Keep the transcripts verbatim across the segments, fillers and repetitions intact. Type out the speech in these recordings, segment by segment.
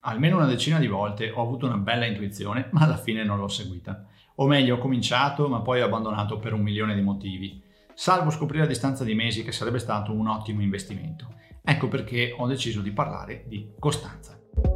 Almeno una decina di volte ho avuto una bella intuizione, ma alla fine non l'ho seguita. O meglio, ho cominciato, ma poi ho abbandonato per un milione di motivi, salvo scoprire a distanza di mesi che sarebbe stato un ottimo investimento. Ecco perché ho deciso di parlare di costanza.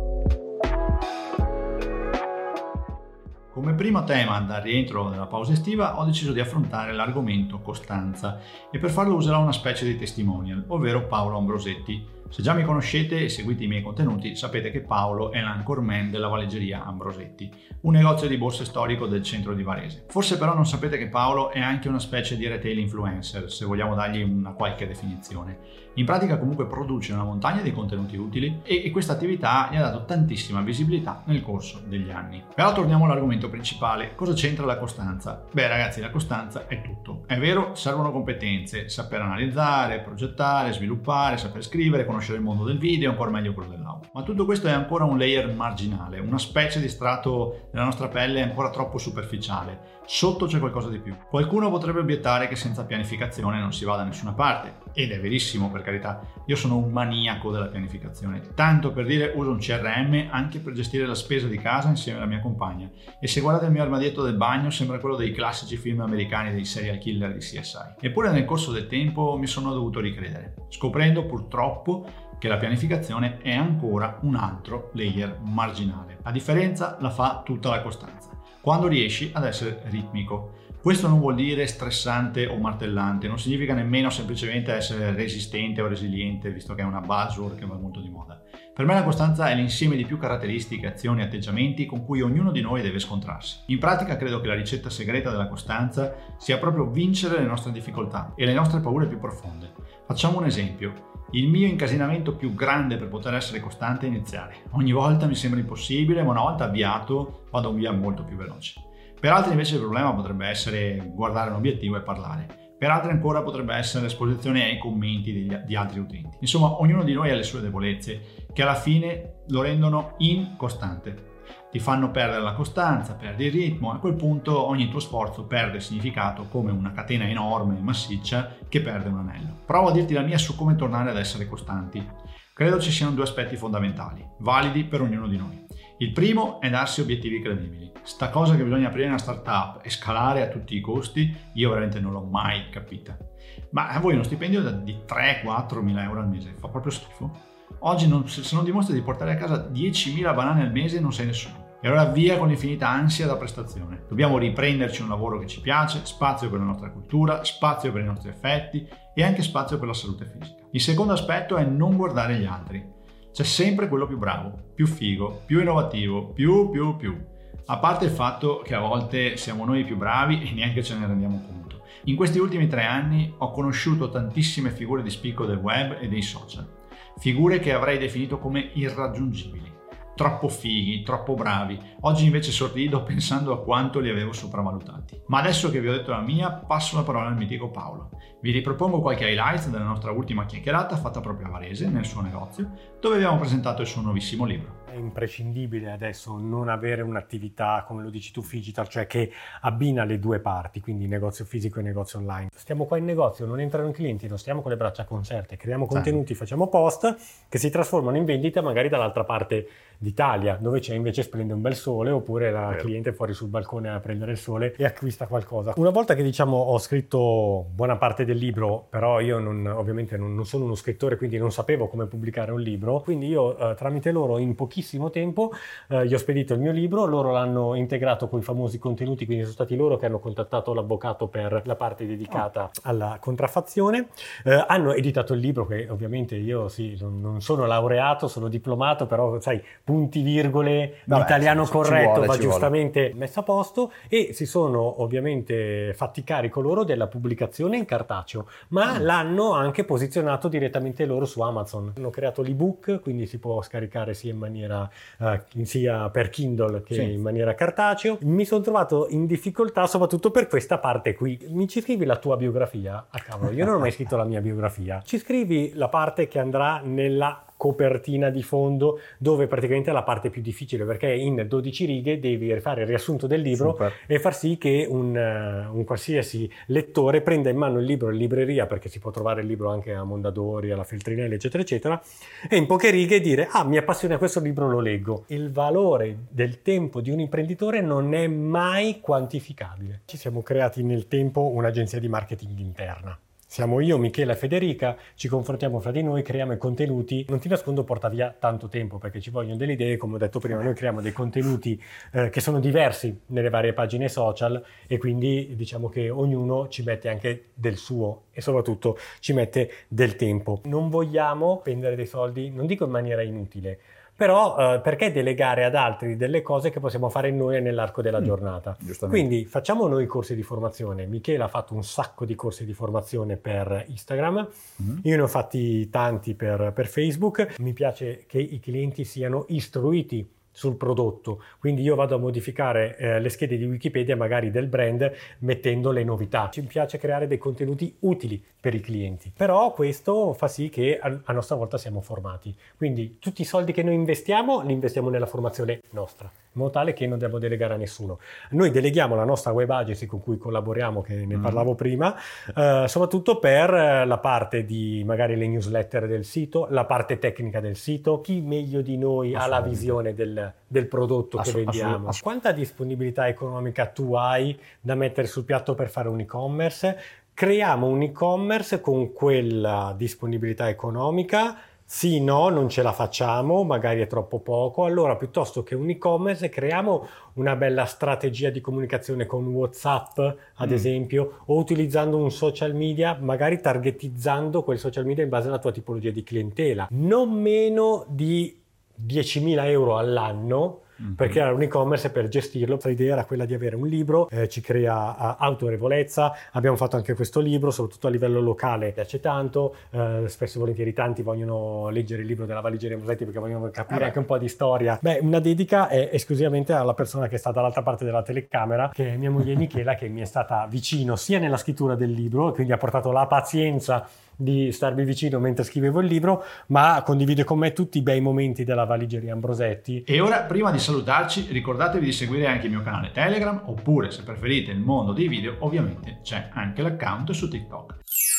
Come primo tema dal rientro dalla pausa estiva ho deciso di affrontare l'argomento costanza e per farlo userò una specie di testimonial, ovvero Paolo Ambrosetti. Se già mi conoscete e seguite i miei contenuti sapete che Paolo è l'anchorman della valeggeria Ambrosetti, un negozio di borse storico del centro di Varese. Forse però non sapete che Paolo è anche una specie di retail influencer, se vogliamo dargli una qualche definizione. In pratica comunque produce una montagna di contenuti utili e, e questa attività gli ha dato tantissima visibilità nel corso degli anni. Però torniamo all'argomento principale. Cosa c'entra la costanza? Beh ragazzi, la costanza è tutto. È vero, servono competenze, saper analizzare, progettare, sviluppare, saper scrivere, conoscere il mondo del video e ancora meglio quello dell'audio. Ma tutto questo è ancora un layer marginale, una specie di strato della nostra pelle ancora troppo superficiale. Sotto c'è qualcosa di più. Qualcuno potrebbe obiettare che senza pianificazione non si va da nessuna parte, ed è verissimo, per carità. Io sono un maniaco della pianificazione, tanto per dire uso un C R M anche per gestire la spesa di casa insieme alla mia compagna, e se guardate il mio armadietto del bagno sembra quello dei classici film americani dei serial killer di C S I. Eppure nel corso del tempo mi sono dovuto ricredere, scoprendo purtroppo che la pianificazione è ancora un altro layer marginale. La differenza la fa tutta la costanza, quando riesci ad essere ritmico. Questo non vuol dire stressante o martellante, non significa nemmeno semplicemente essere resistente o resiliente, visto che è una buzzword che va molto di moda. Per me la costanza è l'insieme di più caratteristiche, azioni e atteggiamenti con cui ognuno di noi deve scontrarsi. In pratica credo che la ricetta segreta della costanza sia proprio vincere le nostre difficoltà e le nostre paure più profonde. Facciamo un esempio. Il mio incasinamento più grande per poter essere costante è iniziare. Ogni volta mi sembra impossibile, ma una volta avviato vado via molto più veloce. Per altri invece il problema potrebbe essere guardare un obiettivo e parlare. Per altri ancora potrebbe essere l'esposizione ai commenti di, di altri utenti. Insomma, ognuno di noi ha le sue debolezze che alla fine lo rendono incostante. Ti fanno perdere la costanza, perdi il ritmo, a quel punto ogni tuo sforzo perde significato come una catena enorme e massiccia che perde un anello. Provo a dirti la mia su come tornare ad essere costanti. Credo ci siano due aspetti fondamentali, validi per ognuno di noi. Il primo è darsi obiettivi credibili. Sta cosa che bisogna aprire una startup e scalare a tutti i costi, io veramente non l'ho mai capita. Ma a voi uno stipendio di tre quattro mila euro al mese fa proprio schifo? Oggi non, se non dimostri di portare a casa diecimila banane al mese non sei nessuno. E allora via con l'infinita ansia da prestazione. Dobbiamo riprenderci un lavoro che ci piace, spazio per la nostra cultura, spazio per i nostri affetti e anche spazio per la salute fisica. Il secondo aspetto è non guardare gli altri. C'è sempre quello più bravo, più figo, più innovativo, più, più, più. A parte il fatto che a volte siamo noi i più bravi e neanche ce ne rendiamo conto. In questi ultimi tre anni ho conosciuto tantissime figure di spicco del web e dei social. Figure che avrei definito come irraggiungibili. Troppo fighi, troppo bravi. Oggi invece sorrido pensando a quanto li avevo sopravvalutati. Ma adesso che vi ho detto la mia, passo la parola al mitico Paolo. Vi ripropongo qualche highlights della nostra ultima chiacchierata fatta proprio a Varese, nel suo negozio, dove abbiamo presentato il suo nuovissimo libro. È imprescindibile adesso non avere un'attività, come lo dici tu, digital, cioè che abbina le due parti, quindi negozio fisico e negozio online. Stiamo qua in negozio, non entrano i clienti, non stiamo con le braccia conserte, creiamo contenuti, facciamo post che si trasformano in vendita magari dall'altra parte d'Italia, dove c'è invece splende un bel sole, oppure la Vero. cliente è fuori sul balcone a prendere il sole e acquista qualcosa. Una volta che diciamo ho scritto buona parte del libro, però io non, ovviamente non, non sono uno scrittore, quindi non sapevo come pubblicare un libro, quindi io eh, tramite loro in pochissimo tempo eh, gli ho spedito il mio libro, loro l'hanno integrato con i famosi contenuti, quindi sono stati loro che hanno contattato l'avvocato per la parte dedicata oh. alla contraffazione, eh, hanno editato il libro, che ovviamente io sì, non, non sono laureato, sono diplomato, però sai, punti virgole, Vabbè, l'italiano ci, corretto ci vuole, va giustamente vuole. messo a posto, e si sono ovviamente fatti carico loro della pubblicazione in cartaceo, ma mm. l'hanno anche posizionato direttamente loro su Amazon. Hanno creato l'ebook, quindi si può scaricare sia in maniera uh, sia per Kindle che sì. in maniera cartaceo. Mi sono trovato in difficoltà soprattutto per questa parte qui. Mi ci scrivi la tua biografia? Ah cavolo, io non ho mai scritto la mia biografia. Ci scrivi la parte che andrà nella copertina di fondo dove praticamente è la parte più difficile, perché in dodici righe devi rifare il riassunto del libro. Super. E far sì che un, un qualsiasi lettore prenda in mano il libro in libreria, perché si può trovare il libro anche a Mondadori, alla Feltrinelli, eccetera eccetera, e in poche righe dire: ah, mi appassiona questo libro, lo leggo. Il valore del tempo di un imprenditore non è mai quantificabile. Ci siamo creati nel tempo un'agenzia di marketing interna. Siamo io, Michela e Federica, ci confrontiamo fra di noi, creiamo i contenuti. Non ti nascondo, porta via tanto tempo perché ci vogliono delle idee. Come ho detto prima, noi creiamo dei contenuti eh, che sono diversi nelle varie pagine social, e quindi diciamo che ognuno ci mette anche del suo e soprattutto ci mette del tempo. Non vogliamo spendere dei soldi, non dico in maniera inutile, però eh, perché delegare ad altri delle cose che possiamo fare noi nell'arco della mm, giornata? Quindi facciamo noi corsi di formazione. Michela ha fatto un sacco di corsi di formazione per Instagram, mm. io ne ho fatti tanti per, per Facebook. Mi piace che i clienti siano istruiti sul prodotto, quindi io vado a modificare eh, le schede di Wikipedia magari del brand mettendo le novità. Ci piace creare dei contenuti utili per i clienti, però questo fa sì che a, a nostra volta siamo formati, quindi tutti i soldi che noi investiamo li investiamo nella formazione nostra, in modo tale che non dobbiamo delegare a nessuno. Noi deleghiamo la nostra web agency con cui collaboriamo, che ne mm. parlavo prima, eh, soprattutto per la parte di magari le newsletter del sito, la parte tecnica del sito. Chi meglio di noi ha la visione del del prodotto che assolut- vendiamo. Assolut- Quanta disponibilità economica tu hai da mettere sul piatto per fare un e-commerce? Creiamo un e-commerce con quella disponibilità economica. Sì, no, non ce la facciamo, magari è troppo poco. Allora, piuttosto che un e-commerce, creiamo una bella strategia di comunicazione con WhatsApp, ad mm. esempio, o utilizzando un social media, magari targetizzando quel social media in base alla tua tipologia di clientela. Non meno di diecimila euro all'anno, mm-hmm. per creare un e-commerce, per gestirlo. L'idea era quella di avere un libro, eh, ci crea uh, autorevolezza. Abbiamo fatto anche questo libro, soprattutto a livello locale piace tanto, eh, spesso e volentieri tanti vogliono leggere il libro della Valigia Ambrosetti perché vogliono capire ah, anche un po' di storia. Beh, una dedica è esclusivamente alla persona che sta dall'altra parte della telecamera, che è mia moglie Michela, che mi è stata vicino sia nella scrittura del libro, quindi ha portato la pazienza di starmi vicino mentre scrivevo il libro, ma condivide con me tutti i bei momenti della Valigeria Ambrosetti. E ora, prima di salutarci, ricordatevi di seguire anche il mio canale Telegram, oppure, se preferite il mondo dei video, ovviamente c'è anche l'account su TikTok.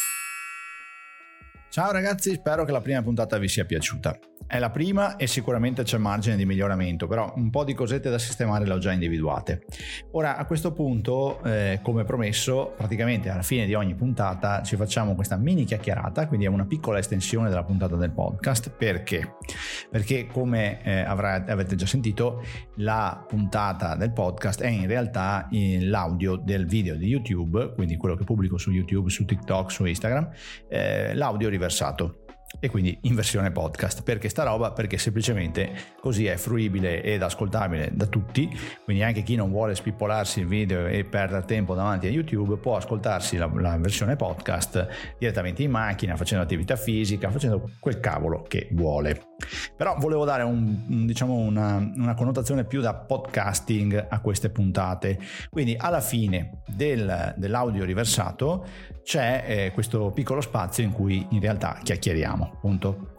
Ciao ragazzi, spero che la prima puntata vi sia piaciuta. È la prima e sicuramente c'è margine di miglioramento, però un po' di cosette da sistemare le ho già individuate. Ora, a questo punto, eh, come promesso, praticamente alla fine di ogni puntata ci facciamo questa mini chiacchierata, quindi è una piccola estensione della puntata del podcast. Perché? Perché come eh, avrà, avete già sentito, la puntata del podcast è in realtà l'audio del video di YouTube, quindi quello che pubblico su YouTube, su TikTok, su Instagram, eh, l'audio riversato. E quindi in versione podcast. Perché sta roba? Perché semplicemente così è fruibile ed ascoltabile da tutti, quindi anche chi non vuole spippolarsi il video e perdere tempo davanti a YouTube può ascoltarsi la, la versione podcast direttamente in macchina, facendo attività fisica, facendo quel cavolo che vuole. Però volevo dare un, un, diciamo una, una connotazione più da podcasting a queste puntate, quindi alla fine del, dell'audio riversato c'è eh, questo piccolo spazio in cui in realtà chiacchieriamo, appunto.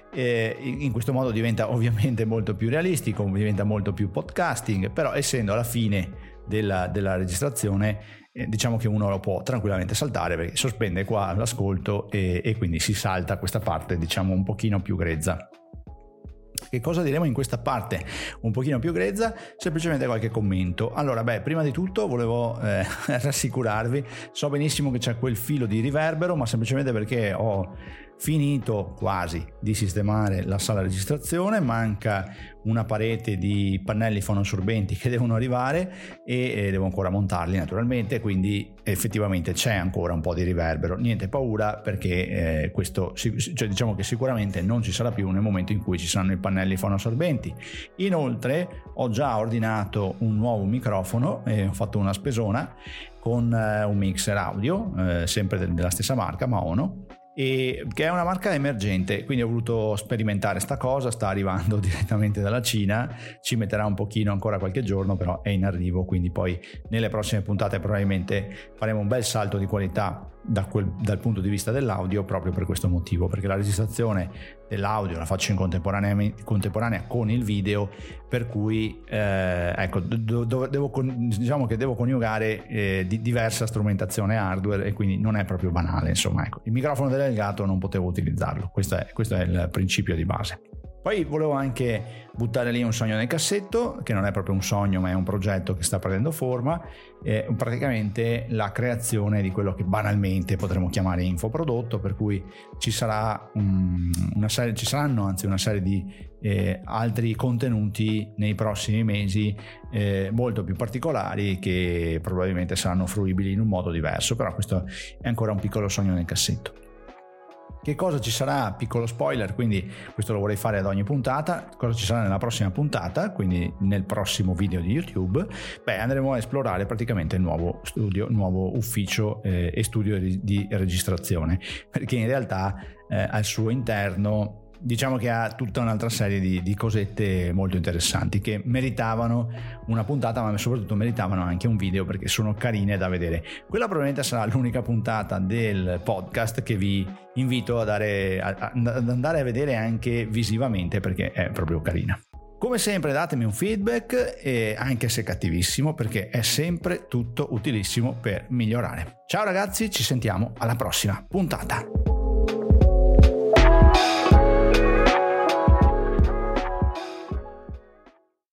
E in questo modo diventa ovviamente molto più realistico, diventa molto più podcasting, però essendo alla fine della, della registrazione eh, diciamo che uno lo può tranquillamente saltare, perché sospende qua l'ascolto e, e quindi si salta questa parte diciamo un pochino più grezza. Che cosa diremo in questa parte un pochino più grezza? Semplicemente qualche commento. Allora, beh, prima di tutto volevo eh, rassicurarvi, so benissimo che c'è quel filo di riverbero, ma semplicemente perché ho finito quasi di sistemare la sala registrazione, manca una parete di pannelli fonoassorbenti che devono arrivare e, e devo ancora montarli naturalmente, quindi effettivamente c'è ancora un po' di riverbero. Niente paura, perché eh, questo cioè diciamo che sicuramente non ci sarà più nel momento in cui ci saranno i pannelli fonoassorbenti. Inoltre ho già ordinato un nuovo microfono e ho fatto una spesona con eh, un mixer audio eh, sempre de- della stessa marca Maono, e che è una marca emergente, quindi ho voluto sperimentare sta cosa. Sta arrivando direttamente dalla Cina, ci metterà un pochino, ancora qualche giorno, però è in arrivo, quindi poi nelle prossime puntate probabilmente faremo un bel salto di qualità da quel, dal punto di vista dell'audio, proprio per questo motivo, perché la registrazione dell'audio la faccio in contemporanea, contemporanea con il video, per cui eh, ecco do, do, devo, diciamo che devo coniugare eh, di, diversa strumentazione hardware, e quindi non è proprio banale, insomma. Ecco, il microfono dell'Elgato non potevo utilizzarlo, questo è, questo è il principio di base. Poi volevo anche buttare lì un sogno nel cassetto, che non è proprio un sogno ma è un progetto che sta prendendo forma, eh, praticamente la creazione di quello che banalmente potremmo chiamare infoprodotto, per cui ci sarà um, una serie, ci saranno anzi una serie di eh, altri contenuti nei prossimi mesi eh, molto più particolari, che probabilmente saranno fruibili in un modo diverso, però questo è ancora un piccolo sogno nel cassetto. Che cosa ci sarà? Piccolo spoiler, quindi questo lo vorrei fare ad ogni puntata. Cosa ci sarà nella prossima puntata, quindi nel prossimo video di YouTube? Beh, andremo a esplorare praticamente il nuovo studio, nuovo ufficio eh, e studio di, di registrazione, perché in realtà eh, al suo interno diciamo che ha tutta un'altra serie di, di cosette molto interessanti che meritavano una puntata, ma soprattutto meritavano anche un video, perché sono carine da vedere. Quella probabilmente sarà l'unica puntata del podcast che vi invito a dare, a, ad andare a vedere anche visivamente, perché è proprio carina. Come sempre datemi un feedback, e anche se cattivissimo, perché è sempre tutto utilissimo per migliorare. Ciao ragazzi, ci sentiamo alla prossima puntata.